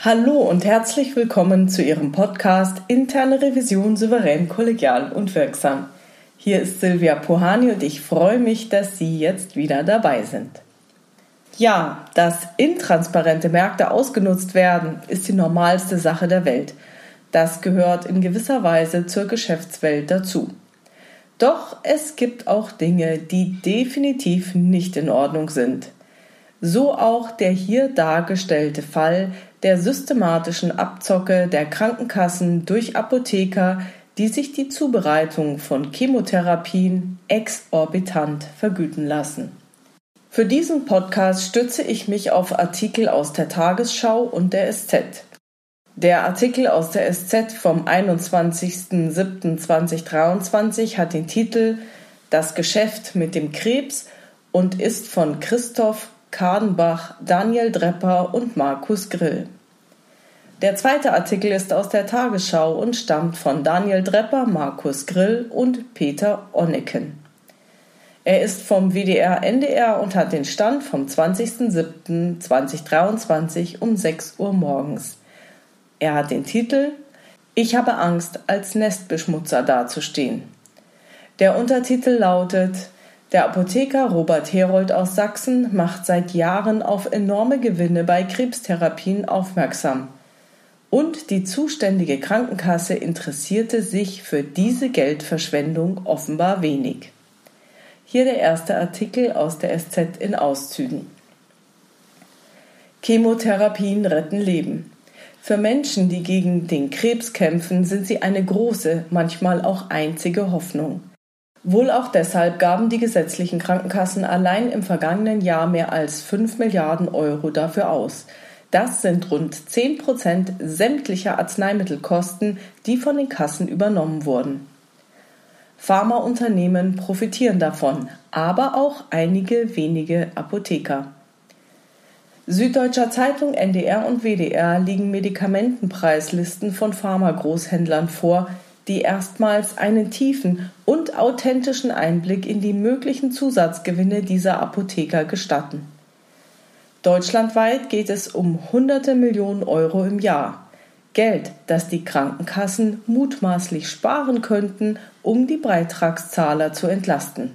Hallo und herzlich willkommen zu Ihrem Podcast Interne Revision souverän, kollegial und wirksam. Hier ist Silvia Puhani und ich freue mich, dass Sie jetzt wieder dabei sind. Ja, dass intransparente Märkte ausgenutzt werden, ist die normalste Sache der Welt. Das gehört in gewisser Weise zur Geschäftswelt dazu. Doch es gibt auch Dinge, die definitiv nicht in Ordnung sind. So auch der hier dargestellte Fall der systematischen Abzocke der Krankenkassen durch Apotheker, die sich die Zubereitung von Chemotherapien exorbitant vergüten lassen. Für diesen Podcast stütze ich mich auf Artikel aus der Tagesschau und der SZ. Der Artikel aus der SZ vom 21.07.2023 hat den Titel »Das Geschäft mit dem Krebs« und ist von Christoph Kadenbach, Daniel Drepper und Markus Grill. Der zweite Artikel ist aus der Tagesschau und stammt von Daniel Drepper, Markus Grill und Peter Onneken. Er ist vom WDR NDR und hat den Stand vom 20.07.2023 um 6 Uhr morgens. Er hat den Titel »Ich habe Angst, als Nestbeschmutzer dazustehen«. Der Untertitel lautet: Der Apotheker Robert Herold aus Sachsen macht seit Jahren auf enorme Gewinne bei Krebstherapien aufmerksam. Und die zuständige Krankenkasse interessierte sich für diese Geldverschwendung offenbar wenig. Hier der erste Artikel aus der SZ in Auszügen. Chemotherapien retten Leben. Für Menschen, die gegen den Krebs kämpfen, sind sie eine große, manchmal auch einzige Hoffnung. Wohl auch deshalb gaben die gesetzlichen Krankenkassen allein im vergangenen Jahr mehr als 5 Milliarden Euro dafür aus. Das sind rund 10% sämtlicher Arzneimittelkosten, die von den Kassen übernommen wurden. Pharmaunternehmen profitieren davon, aber auch einige wenige Apotheker. Süddeutscher Zeitung, NDR und WDR liegen Medikamentenpreislisten von Pharmagroßhändlern vor, die erstmals einen tiefen und authentischen Einblick in die möglichen Zusatzgewinne dieser Apotheker gestatten. Deutschlandweit geht es um hunderte Millionen Euro im Jahr. Geld, das die Krankenkassen mutmaßlich sparen könnten, um die Beitragszahler zu entlasten.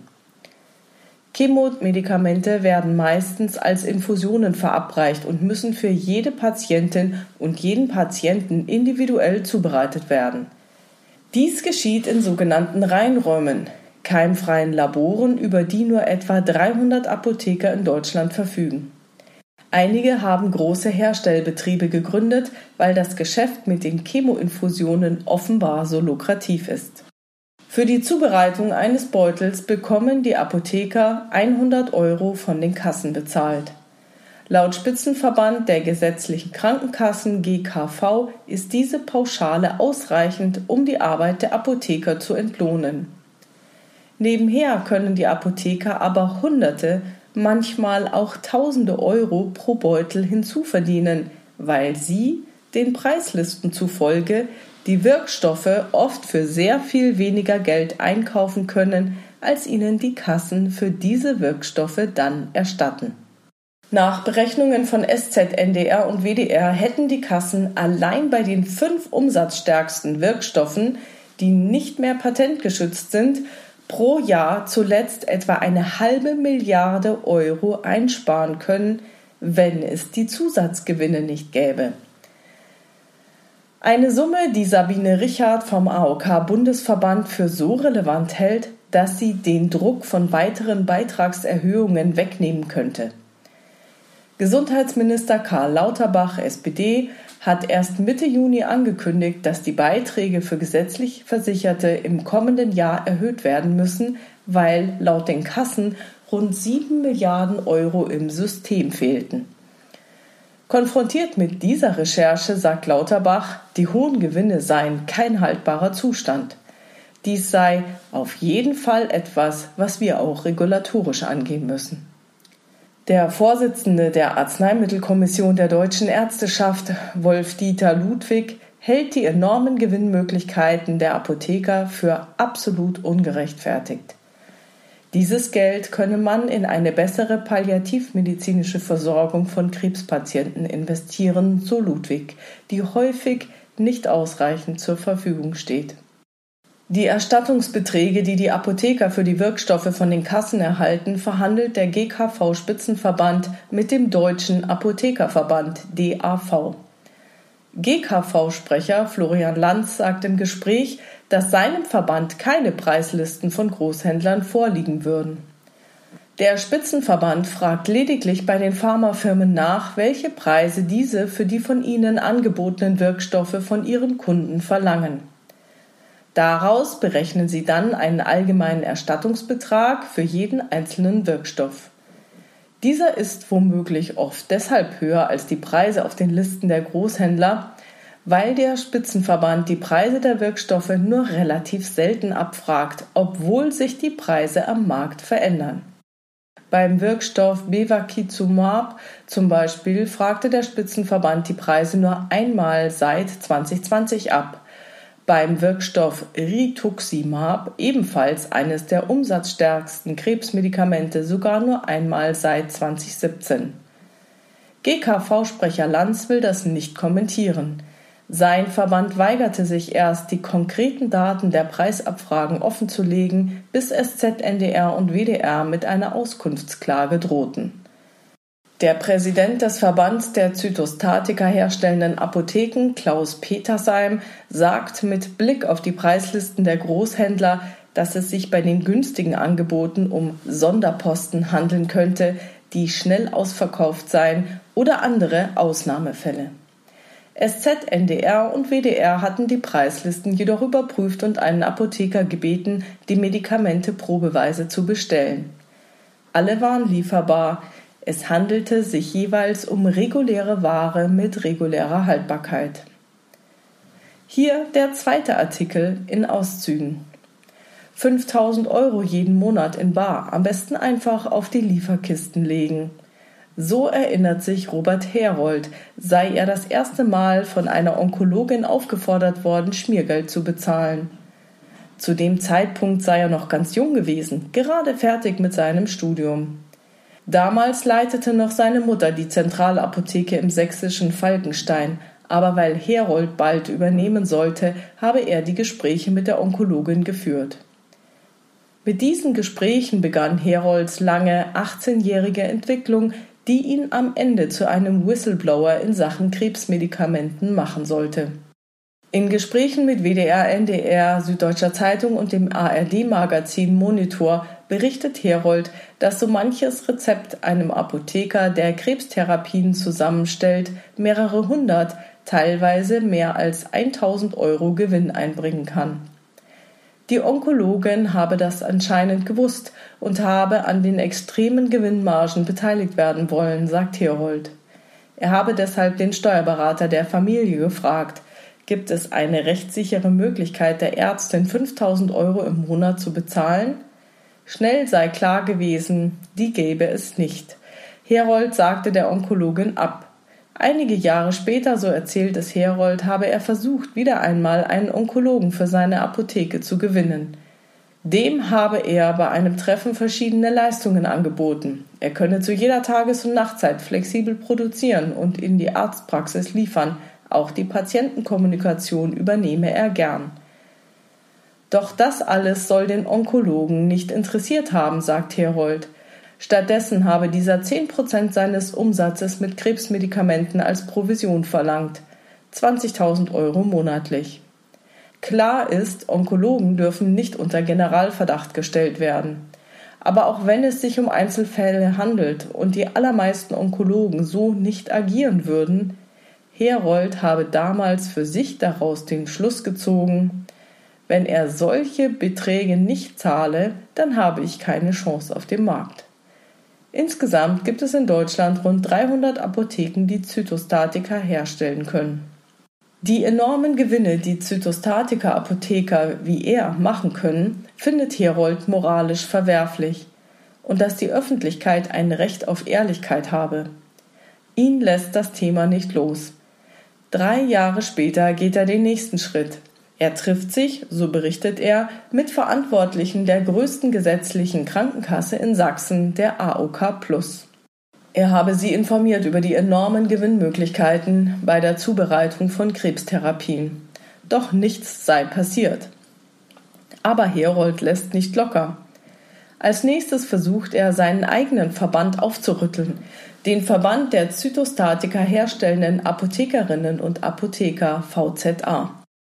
Chemomedikamente werden meistens als Infusionen verabreicht und müssen für jede Patientin und jeden Patienten individuell zubereitet werden. Dies geschieht in sogenannten Reinräumen, keimfreien Laboren, über die nur etwa 300 Apotheker in Deutschland verfügen. Einige haben große Herstellbetriebe gegründet, weil das Geschäft mit den Chemoinfusionen offenbar so lukrativ ist. Für die Zubereitung eines Beutels bekommen die Apotheker 100 Euro von den Kassen bezahlt. Laut Spitzenverband der gesetzlichen Krankenkassen GKV ist diese Pauschale ausreichend, um die Arbeit der Apotheker zu entlohnen. Nebenher können die Apotheker aber Hunderte, manchmal auch Tausende Euro pro Beutel hinzuverdienen, weil sie, den Preislisten zufolge, die Wirkstoffe oft für sehr viel weniger Geld einkaufen können, als ihnen die Kassen für diese Wirkstoffe dann erstatten. Nach Berechnungen von SZ, NDR und WDR hätten die Kassen allein bei den 5 umsatzstärksten Wirkstoffen, die nicht mehr patentgeschützt sind, pro Jahr zuletzt etwa 1,5 Milliarde Euro einsparen können, wenn es die Zusatzgewinne nicht gäbe. Eine Summe, die Sabine Richard vom AOK-Bundesverband für so relevant hält, dass sie den Druck von weiteren Beitragserhöhungen wegnehmen könnte. Gesundheitsminister Karl Lauterbach, SPD, hat erst Mitte Juni angekündigt, dass die Beiträge für gesetzlich Versicherte im kommenden Jahr erhöht werden müssen, weil laut den Kassen rund 7 Milliarden Euro im System fehlten. Konfrontiert mit dieser Recherche sagt Lauterbach, die hohen Gewinne seien kein haltbarer Zustand. Dies sei auf jeden Fall etwas, was wir auch regulatorisch angehen müssen. Der Vorsitzende der Arzneimittelkommission der Deutschen Ärzteschaft, Wolf-Dieter Ludwig, hält die enormen Gewinnmöglichkeiten der Apotheker für absolut ungerechtfertigt. Dieses Geld könne man in eine bessere palliativmedizinische Versorgung von Krebspatienten investieren, so Ludwig, die häufig nicht ausreichend zur Verfügung steht. Die Erstattungsbeträge, die die Apotheker für die Wirkstoffe von den Kassen erhalten, verhandelt der GKV-Spitzenverband mit dem Deutschen Apothekerverband DAV. GKV-Sprecher Florian Lanz sagt im Gespräch, dass seinem Verband keine Preislisten von Großhändlern vorliegen würden. Der Spitzenverband fragt lediglich bei den Pharmafirmen nach, welche Preise diese für die von ihnen angebotenen Wirkstoffe von ihren Kunden verlangen. Daraus berechnen sie dann einen allgemeinen Erstattungsbetrag für jeden einzelnen Wirkstoff. Dieser ist womöglich oft deshalb höher als die Preise auf den Listen der Großhändler, weil der Spitzenverband die Preise der Wirkstoffe nur relativ selten abfragt, obwohl sich die Preise am Markt verändern. Beim Wirkstoff Bevacizumab zum Beispiel fragte der Spitzenverband die Preise nur einmal seit 2020 ab. Beim Wirkstoff Rituximab, ebenfalls eines der umsatzstärksten Krebsmedikamente, sogar nur einmal seit 2017. GKV-Sprecher Lanz will das nicht kommentieren. Sein Verband weigerte sich erst, die konkreten Daten der Preisabfragen offenzulegen, bis SZ, NDR und WDR mit einer Auskunftsklage drohten. Der Präsident des Verbands der Zytostatika herstellenden Apotheken, Klaus Petersheim, sagt mit Blick auf die Preislisten der Großhändler, dass es sich bei den günstigen Angeboten um Sonderposten handeln könnte, die schnell ausverkauft seien, oder andere Ausnahmefälle. SZ, NDR und WDR hatten die Preislisten jedoch überprüft und einen Apotheker gebeten, die Medikamente probeweise zu bestellen. Alle waren lieferbar. Es handelte sich jeweils um reguläre Ware mit regulärer Haltbarkeit. Hier der zweite Artikel in Auszügen. 5.000 € jeden Monat in bar, am besten einfach auf die Lieferkisten legen. So erinnert sich Robert Herold, sei er das erste Mal von einer Onkologin aufgefordert worden, Schmiergeld zu bezahlen. Zu dem Zeitpunkt sei er noch ganz jung gewesen, gerade fertig mit seinem Studium. Damals leitete noch seine Mutter die Zentralapotheke im sächsischen Falkenstein, aber weil Herold bald übernehmen sollte, habe er die Gespräche mit der Onkologin geführt. Mit diesen Gesprächen begann Herolds lange 18-jährige Entwicklung, die ihn am Ende zu einem Whistleblower in Sachen Krebsmedikamenten machen sollte. In Gesprächen mit WDR, NDR, Süddeutscher Zeitung und dem ARD-Magazin Monitor berichtet Herold, dass so manches Rezept einem Apotheker, der Krebstherapien zusammenstellt, mehrere hundert, teilweise mehr als 1.000 € Gewinn einbringen kann. Die Onkologin habe das anscheinend gewusst und habe an den extremen Gewinnmargen beteiligt werden wollen, sagt Herold. Er habe deshalb den Steuerberater der Familie gefragt, gibt es eine rechtssichere Möglichkeit der Ärztin, 5.000 € im Monat zu bezahlen? Schnell sei klar gewesen, die gäbe es nicht. Herold sagte der Onkologin ab. Einige Jahre später, so erzählt es Herold, habe er versucht, wieder einmal einen Onkologen für seine Apotheke zu gewinnen. Dem habe er bei einem Treffen verschiedene Leistungen angeboten. Er könne zu jeder Tages- und Nachtzeit flexibel produzieren und in die Arztpraxis liefern. Auch die Patientenkommunikation übernehme er gern. Doch das alles soll den Onkologen nicht interessiert haben, sagt Herold. Stattdessen habe dieser 10% seines Umsatzes mit Krebsmedikamenten als Provision verlangt. 20.000 € monatlich. Klar ist, Onkologen dürfen nicht unter Generalverdacht gestellt werden. Aber auch wenn es sich um Einzelfälle handelt und die allermeisten Onkologen so nicht agieren würden, Herold habe damals für sich daraus den Schluss gezogen, wenn er solche Beträge nicht zahle, dann habe ich keine Chance auf dem Markt. Insgesamt gibt es in Deutschland rund 300 Apotheken, die Zytostatika herstellen können. Die enormen Gewinne, die Zytostatika-Apotheker wie er machen können, findet Herold moralisch verwerflich. Und dass die Öffentlichkeit ein Recht auf Ehrlichkeit habe. Ihn lässt das Thema nicht los. 3 Jahre später geht er den nächsten Schritt. Er trifft sich, so berichtet er, mit Verantwortlichen der größten gesetzlichen Krankenkasse in Sachsen, der AOK Plus. Er habe sie informiert über die enormen Gewinnmöglichkeiten bei der Zubereitung von Krebstherapien. Doch nichts sei passiert. Aber Herold lässt nicht locker. Als nächstes versucht er, seinen eigenen Verband aufzurütteln, den Verband der Zytostatika herstellenden Apothekerinnen und Apotheker VZA.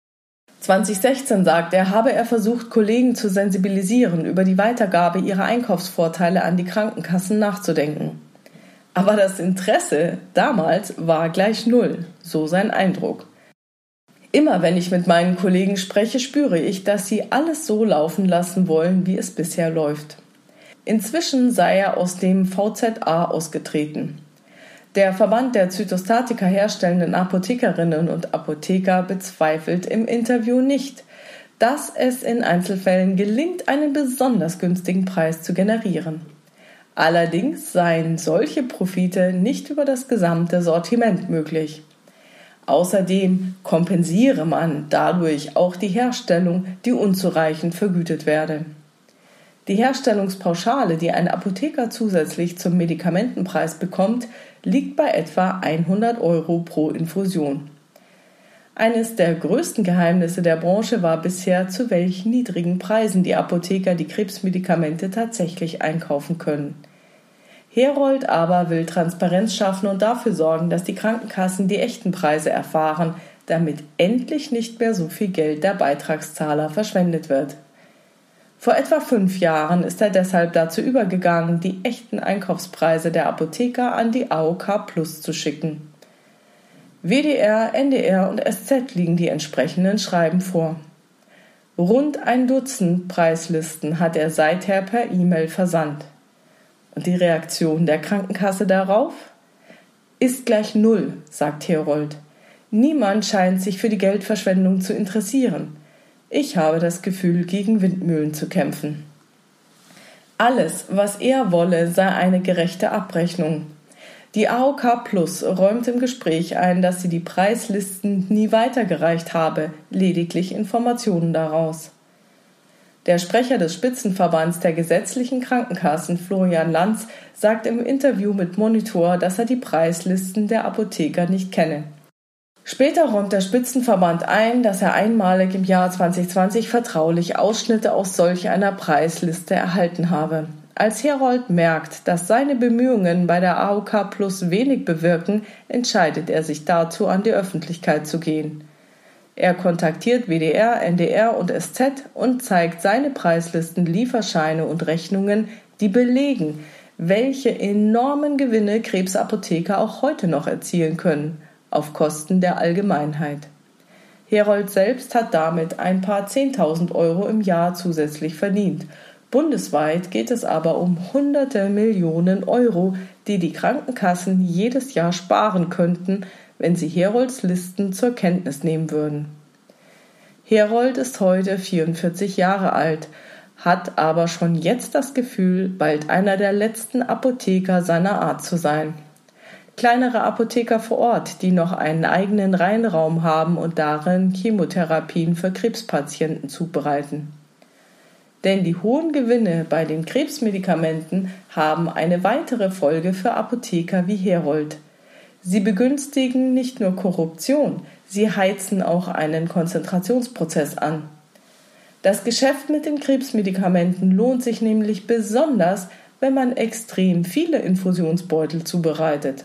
2016 sagt er, habe er versucht, Kollegen zu sensibilisieren, über die Weitergabe ihrer Einkaufsvorteile an die Krankenkassen nachzudenken. Aber das Interesse damals war gleich null, so sein Eindruck. Immer wenn ich mit meinen Kollegen spreche, spüre ich, dass sie alles so laufen lassen wollen, wie es bisher läuft. Inzwischen sei er aus dem VZA ausgetreten. Der Verband der Zytostatika herstellenden Apothekerinnen und Apotheker bezweifelt im Interview nicht, dass es in Einzelfällen gelingt, einen besonders günstigen Preis zu generieren. Allerdings seien solche Profite nicht über das gesamte Sortiment möglich. Außerdem kompensiere man dadurch auch die Herstellung, die unzureichend vergütet werde. Die Herstellungspauschale, die ein Apotheker zusätzlich zum Medikamentenpreis bekommt, liegt bei etwa 100 € pro Infusion. Eines der größten Geheimnisse der Branche war bisher, zu welch niedrigen Preisen die Apotheker die Krebsmedikamente tatsächlich einkaufen können. Herold aber will Transparenz schaffen und dafür sorgen, dass die Krankenkassen die echten Preise erfahren, damit endlich nicht mehr so viel Geld der Beitragszahler verschwendet wird. Vor etwa 5 Jahren ist er deshalb dazu übergegangen, die echten Einkaufspreise der Apotheker an die AOK Plus zu schicken. WDR, NDR und SZ liegen die entsprechenden Schreiben vor. Rund 1 Dutzend Preislisten hat er seither per E-Mail versandt. Und die Reaktion der Krankenkasse darauf? Ist gleich null, sagt Herold. Niemand scheint sich für die Geldverschwendung zu interessieren. Ich habe das Gefühl, gegen Windmühlen zu kämpfen. Alles, was er wolle, sei eine gerechte Abrechnung. Die AOK Plus räumt im Gespräch ein, dass sie die Preislisten nie weitergereicht habe, lediglich Informationen daraus. Der Sprecher des Spitzenverbands der gesetzlichen Krankenkassen, Florian Lanz, sagt im Interview mit Monitor, dass er die Preislisten der Apotheker nicht kenne. Später räumt der Spitzenverband ein, dass er einmalig im Jahr 2020 vertraulich Ausschnitte aus solch einer Preisliste erhalten habe. Als Herold merkt, dass seine Bemühungen bei der AOK Plus wenig bewirken, entscheidet er sich dazu, an die Öffentlichkeit zu gehen. Er kontaktiert WDR, NDR und SZ und zeigt seine Preislisten, Lieferscheine und Rechnungen, die belegen, welche enormen Gewinne Krebsapotheker auch heute noch erzielen können, auf Kosten der Allgemeinheit. Herold selbst hat damit ein paar 10.000 € im Jahr zusätzlich verdient. Bundesweit geht es aber um hunderte Millionen Euro, die die Krankenkassen jedes Jahr sparen könnten, wenn sie Herolds Listen zur Kenntnis nehmen würden. Herold ist heute 44 Jahre alt, hat aber schon jetzt das Gefühl, bald einer der letzten Apotheker seiner Art zu sein. Kleinere Apotheker vor Ort, die noch einen eigenen Reinraum haben und darin Chemotherapien für Krebspatienten zubereiten. Denn die hohen Gewinne bei den Krebsmedikamenten haben eine weitere Folge für Apotheker wie Herold. Sie begünstigen nicht nur Korruption, sie heizen auch einen Konzentrationsprozess an. Das Geschäft mit den Krebsmedikamenten lohnt sich nämlich besonders, wenn man extrem viele Infusionsbeutel zubereitet.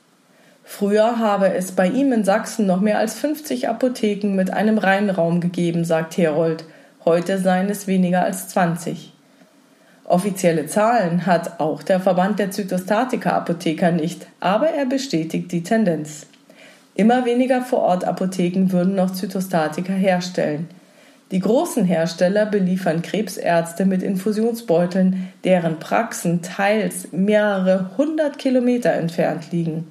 Früher habe es bei ihm in Sachsen noch mehr als 50 Apotheken mit einem Reinraum gegeben, sagt Herold. Heute seien es weniger als 20. Offizielle Zahlen hat auch der Verband der Zytostatika-Apotheker nicht, aber er bestätigt die Tendenz. Immer weniger Vorortapotheken würden noch Zytostatika herstellen. Die großen Hersteller beliefern Krebsärzte mit Infusionsbeuteln, deren Praxen teils mehrere 100 Kilometer entfernt liegen.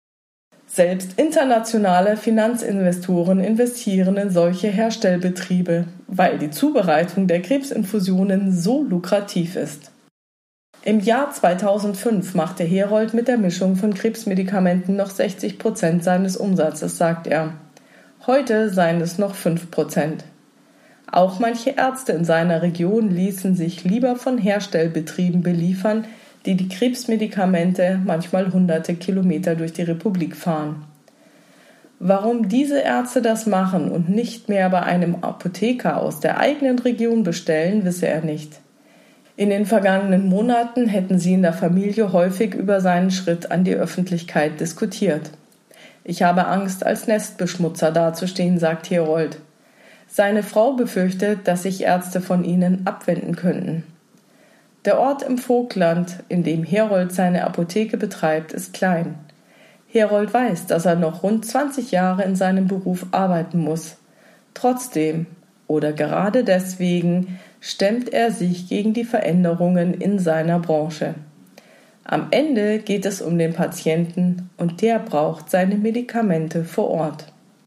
Selbst internationale Finanzinvestoren investieren in solche Herstellbetriebe, weil die Zubereitung der Krebsinfusionen so lukrativ ist. Im Jahr 2005 machte Herold mit der Mischung von Krebsmedikamenten noch 60% seines Umsatzes, sagt er. Heute seien es noch 5%. Auch manche Ärzte in seiner Region ließen sich lieber von Herstellbetrieben beliefern, die die Krebsmedikamente manchmal hunderte Kilometer durch die Republik fahren. Warum diese Ärzte das machen und nicht mehr bei einem Apotheker aus der eigenen Region bestellen, wisse er nicht. In den vergangenen Monaten hätten sie in der Familie häufig über seinen Schritt an die Öffentlichkeit diskutiert. Ich habe Angst, als Nestbeschmutzer dazustehen, sagt Herold. Seine Frau befürchtet, dass sich Ärzte von ihnen abwenden könnten. Der Ort im Vogtland, in dem Herold seine Apotheke betreibt, ist klein. Herold weiß, dass er noch rund 20 Jahre in seinem Beruf arbeiten muss. Trotzdem oder gerade deswegen stemmt er sich gegen die Veränderungen in seiner Branche. Am Ende geht es um den Patienten und der braucht seine Medikamente vor Ort.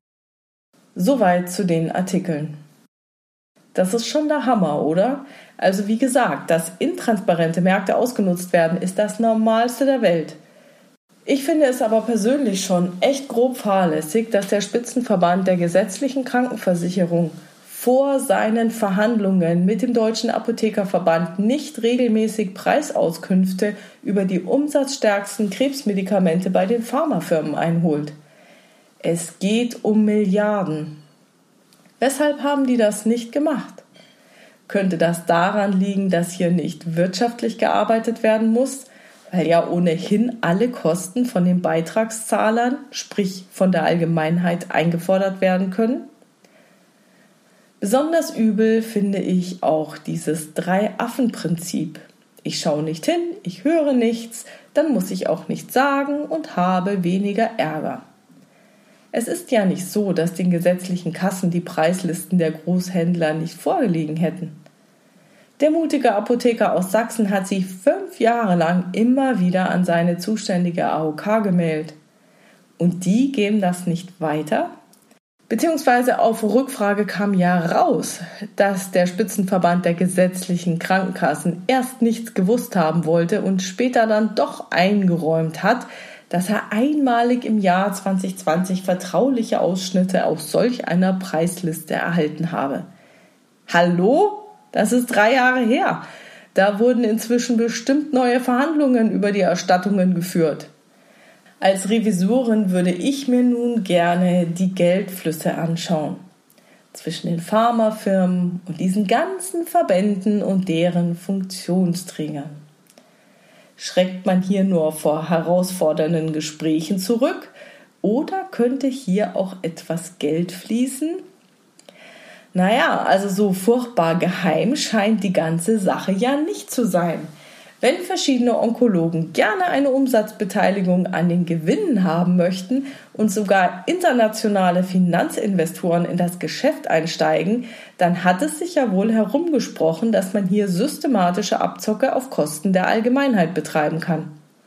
Soweit zu den Artikeln. Das ist schon der Hammer, oder? Also wie gesagt, dass intransparente Märkte ausgenutzt werden, ist das Normalste der Welt. Ich finde es aber persönlich schon echt grob fahrlässig, dass der Spitzenverband der gesetzlichen Krankenversicherung vor seinen Verhandlungen mit dem Deutschen Apothekerverband nicht regelmäßig Preisauskünfte über die umsatzstärksten Krebsmedikamente bei den Pharmafirmen einholt. Es geht um Milliarden. Weshalb haben die das nicht gemacht? Könnte das daran liegen, dass hier nicht wirtschaftlich gearbeitet werden muss, weil ja ohnehin alle Kosten von den Beitragszahlern, sprich von der Allgemeinheit, eingefordert werden können? Besonders übel finde ich auch dieses Drei-Affen-Prinzip. Ich schaue nicht hin, ich höre nichts, dann muss ich auch nichts sagen und habe weniger Ärger. Es ist ja nicht so, dass den gesetzlichen Kassen die Preislisten der Großhändler nicht vorgelegen hätten. Der mutige Apotheker aus Sachsen hat sich 5 Jahre lang immer wieder an seine zuständige AOK gemeldet. Und die geben das nicht weiter? Beziehungsweise auf Rückfrage kam ja raus, dass der Spitzenverband der gesetzlichen Krankenkassen erst nichts gewusst haben wollte und später dann doch eingeräumt hat, dass er einmalig im Jahr 2020 vertrauliche Ausschnitte aus solch einer Preisliste erhalten habe. Hallo? Das ist 3 Jahre her. Da wurden inzwischen bestimmt neue Verhandlungen über die Erstattungen geführt. Als Revisorin würde ich mir nun gerne die Geldflüsse anschauen. Zwischen den Pharmafirmen und diesen ganzen Verbänden und deren Funktionsträgern. Schreckt man hier nur vor herausfordernden Gesprächen zurück oder könnte hier auch etwas Geld fließen? Naja, also so furchtbar geheim scheint die ganze Sache ja nicht zu sein. Wenn verschiedene Onkologen gerne eine Umsatzbeteiligung an den Gewinnen haben möchten und sogar internationale Finanzinvestoren in das Geschäft einsteigen, dann hat es sich ja wohl herumgesprochen, dass man hier systematische Abzocke auf Kosten der Allgemeinheit betreiben kann.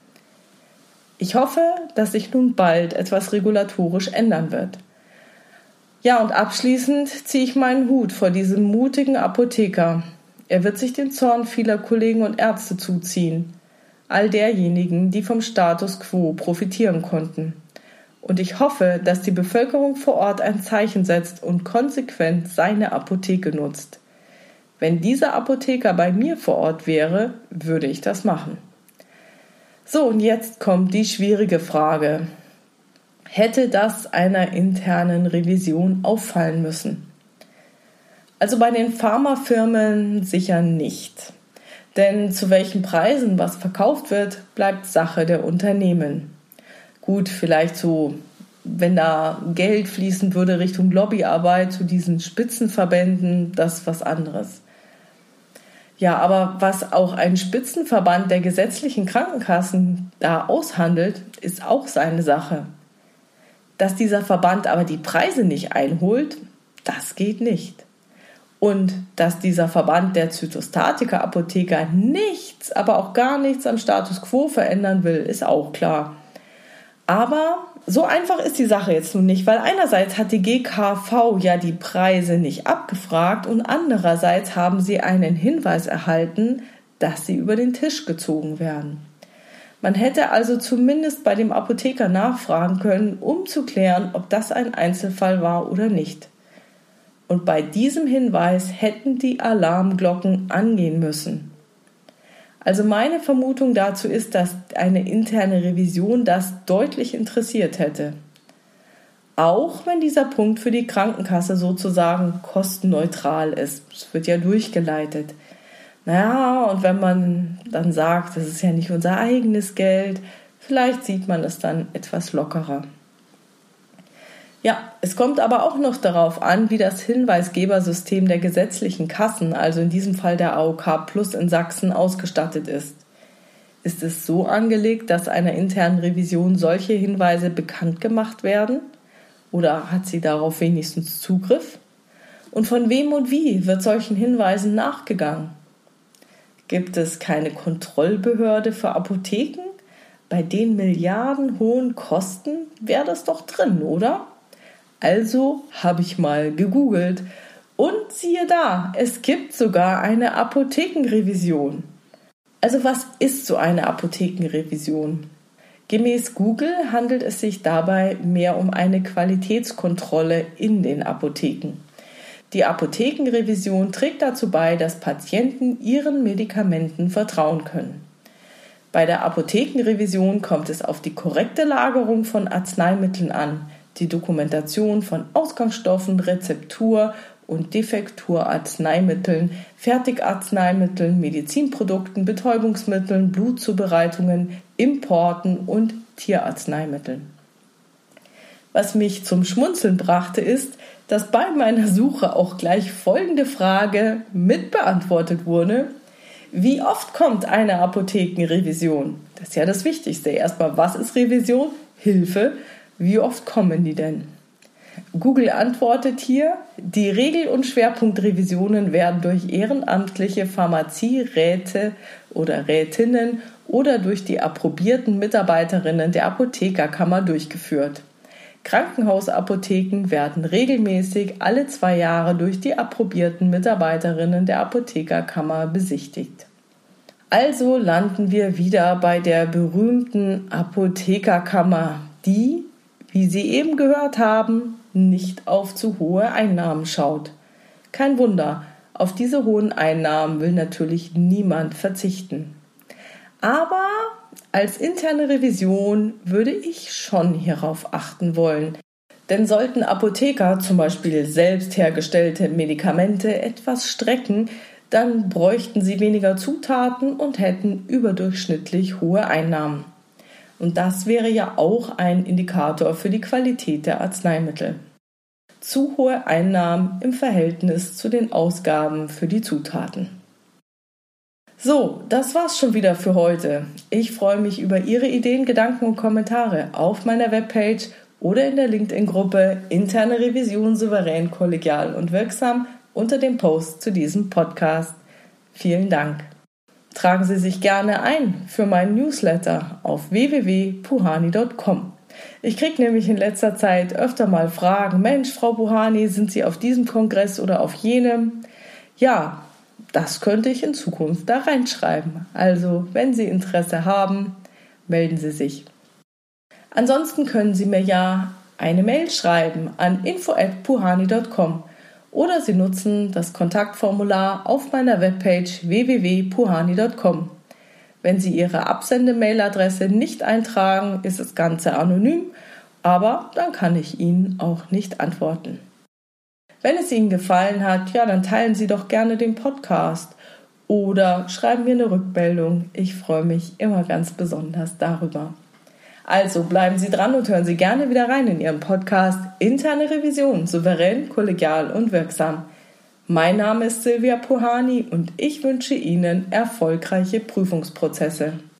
Ich hoffe, dass sich nun bald etwas regulatorisch ändern wird. Ja, und abschließend ziehe ich meinen Hut vor diesem mutigen Apotheker. Er wird sich den Zorn vieler Kollegen und Ärzte zuziehen, all derjenigen, die vom Status quo profitieren konnten. Und ich hoffe, dass die Bevölkerung vor Ort ein Zeichen setzt und konsequent seine Apotheke nutzt. Wenn dieser Apotheker bei mir vor Ort wäre, würde ich das machen. So, und jetzt kommt die schwierige Frage. Hätte das einer internen Revision auffallen müssen? Also bei den Pharmafirmen sicher nicht. Denn zu welchen Preisen was verkauft wird, bleibt Sache der Unternehmen. Gut, vielleicht so, wenn da Geld fließen würde Richtung Lobbyarbeit zu diesen Spitzenverbänden, das ist was anderes. Ja, aber was auch ein Spitzenverband der gesetzlichen Krankenkassen da aushandelt, ist auch seine Sache. Dass dieser Verband aber die Preise nicht einholt, das geht nicht. Und dass dieser Verband der Zytostatika-Apotheker nichts, aber auch gar nichts am Status quo verändern will, ist auch klar. Aber so einfach ist die Sache jetzt nun nicht, weil einerseits hat die GKV ja die Preise nicht abgefragt und andererseits haben sie einen Hinweis erhalten, dass sie über den Tisch gezogen werden. Man hätte also zumindest bei dem Apotheker nachfragen können, um zu klären, ob das ein Einzelfall war oder nicht. Und bei diesem Hinweis hätten die Alarmglocken angehen müssen. Also meine Vermutung dazu ist, dass eine interne Revision das deutlich interessiert hätte. Auch wenn dieser Punkt für die Krankenkasse sozusagen kostenneutral ist. Es wird ja durchgeleitet. Naja, und wenn man dann sagt, das ist ja nicht unser eigenes Geld, vielleicht sieht man es dann etwas lockerer. Ja, es kommt aber auch noch darauf an, wie das Hinweisgebersystem der gesetzlichen Kassen, also in diesem Fall der AOK Plus in Sachsen, ausgestattet ist. Ist es so angelegt, dass einer internen Revision solche Hinweise bekannt gemacht werden? Oder hat sie darauf wenigstens Zugriff? Und von wem und wie wird solchen Hinweisen nachgegangen? Gibt es keine Kontrollbehörde für Apotheken? Bei den milliardenhohen Kosten wäre das doch drin, oder? Also habe ich mal gegoogelt und siehe da, es gibt sogar eine Apothekenrevision. Also was ist so eine Apothekenrevision? Gemäß Google handelt es sich dabei mehr um eine Qualitätskontrolle in den Apotheken. Die Apothekenrevision trägt dazu bei, dass Patienten ihren Medikamenten vertrauen können. Bei der Apothekenrevision kommt es auf die korrekte Lagerung von Arzneimitteln an, die Dokumentation von Ausgangsstoffen, Rezeptur- und Defekturarzneimitteln, Fertigarzneimitteln, Medizinprodukten, Betäubungsmitteln, Blutzubereitungen, Importen und Tierarzneimitteln. Was mich zum Schmunzeln brachte, ist, dass bei meiner Suche auch gleich folgende Frage mitbeantwortet wurde: Wie oft kommt eine Apothekenrevision? Das ist ja das Wichtigste. Erstmal, was ist Revision? Hilfe. Wie oft kommen die denn? Google antwortet hier: Die Regel- und Schwerpunktrevisionen werden durch ehrenamtliche Pharmazieräte oder Rätinnen oder durch die approbierten Mitarbeiterinnen der Apothekerkammer durchgeführt. Krankenhausapotheken werden regelmäßig alle 2 Jahre durch die approbierten Mitarbeiterinnen der Apothekerkammer besichtigt. Also landen wir wieder bei der berühmten Apothekerkammer, die, wie Sie eben gehört haben, nicht auf zu hohe Einnahmen schaut. Kein Wunder, auf diese hohen Einnahmen will natürlich niemand verzichten. Aber als interne Revision würde ich schon hierauf achten wollen. Denn sollten Apotheker zum Beispiel selbst hergestellte Medikamente etwas strecken, dann bräuchten sie weniger Zutaten und hätten überdurchschnittlich hohe Einnahmen. Und das wäre ja auch ein Indikator für die Qualität der Arzneimittel. Zu hohe Einnahmen im Verhältnis zu den Ausgaben für die Zutaten. So, das war's schon wieder für heute. Ich freue mich über Ihre Ideen, Gedanken und Kommentare auf meiner Webpage oder in der LinkedIn-Gruppe Interne Revision souverän, kollegial und wirksam unter dem Post zu diesem Podcast. Vielen Dank. Tragen Sie sich gerne ein für meinen Newsletter auf www.puhani.com. Ich kriege nämlich in letzter Zeit öfter mal Fragen: Mensch, Frau Puhani, sind Sie auf diesem Kongress oder auf jenem? Ja, das könnte ich in Zukunft da reinschreiben. Also, wenn Sie Interesse haben, melden Sie sich. Ansonsten können Sie mir ja eine Mail schreiben an info@puhani.com oder Sie nutzen das Kontaktformular auf meiner Webpage www.puhani.com. Wenn Sie Ihre Absende-Mailadresse nicht eintragen, ist das Ganze anonym, aber dann kann ich Ihnen auch nicht antworten. Wenn es Ihnen gefallen hat, ja, dann teilen Sie doch gerne den Podcast oder schreiben mir eine Rückmeldung. Ich freue mich immer ganz besonders darüber. Also bleiben Sie dran und hören Sie gerne wieder rein in Ihren Podcast Interne Revision, souverän, kollegial und wirksam. Mein Name ist Silvia Puhani und ich wünsche Ihnen erfolgreiche Prüfungsprozesse.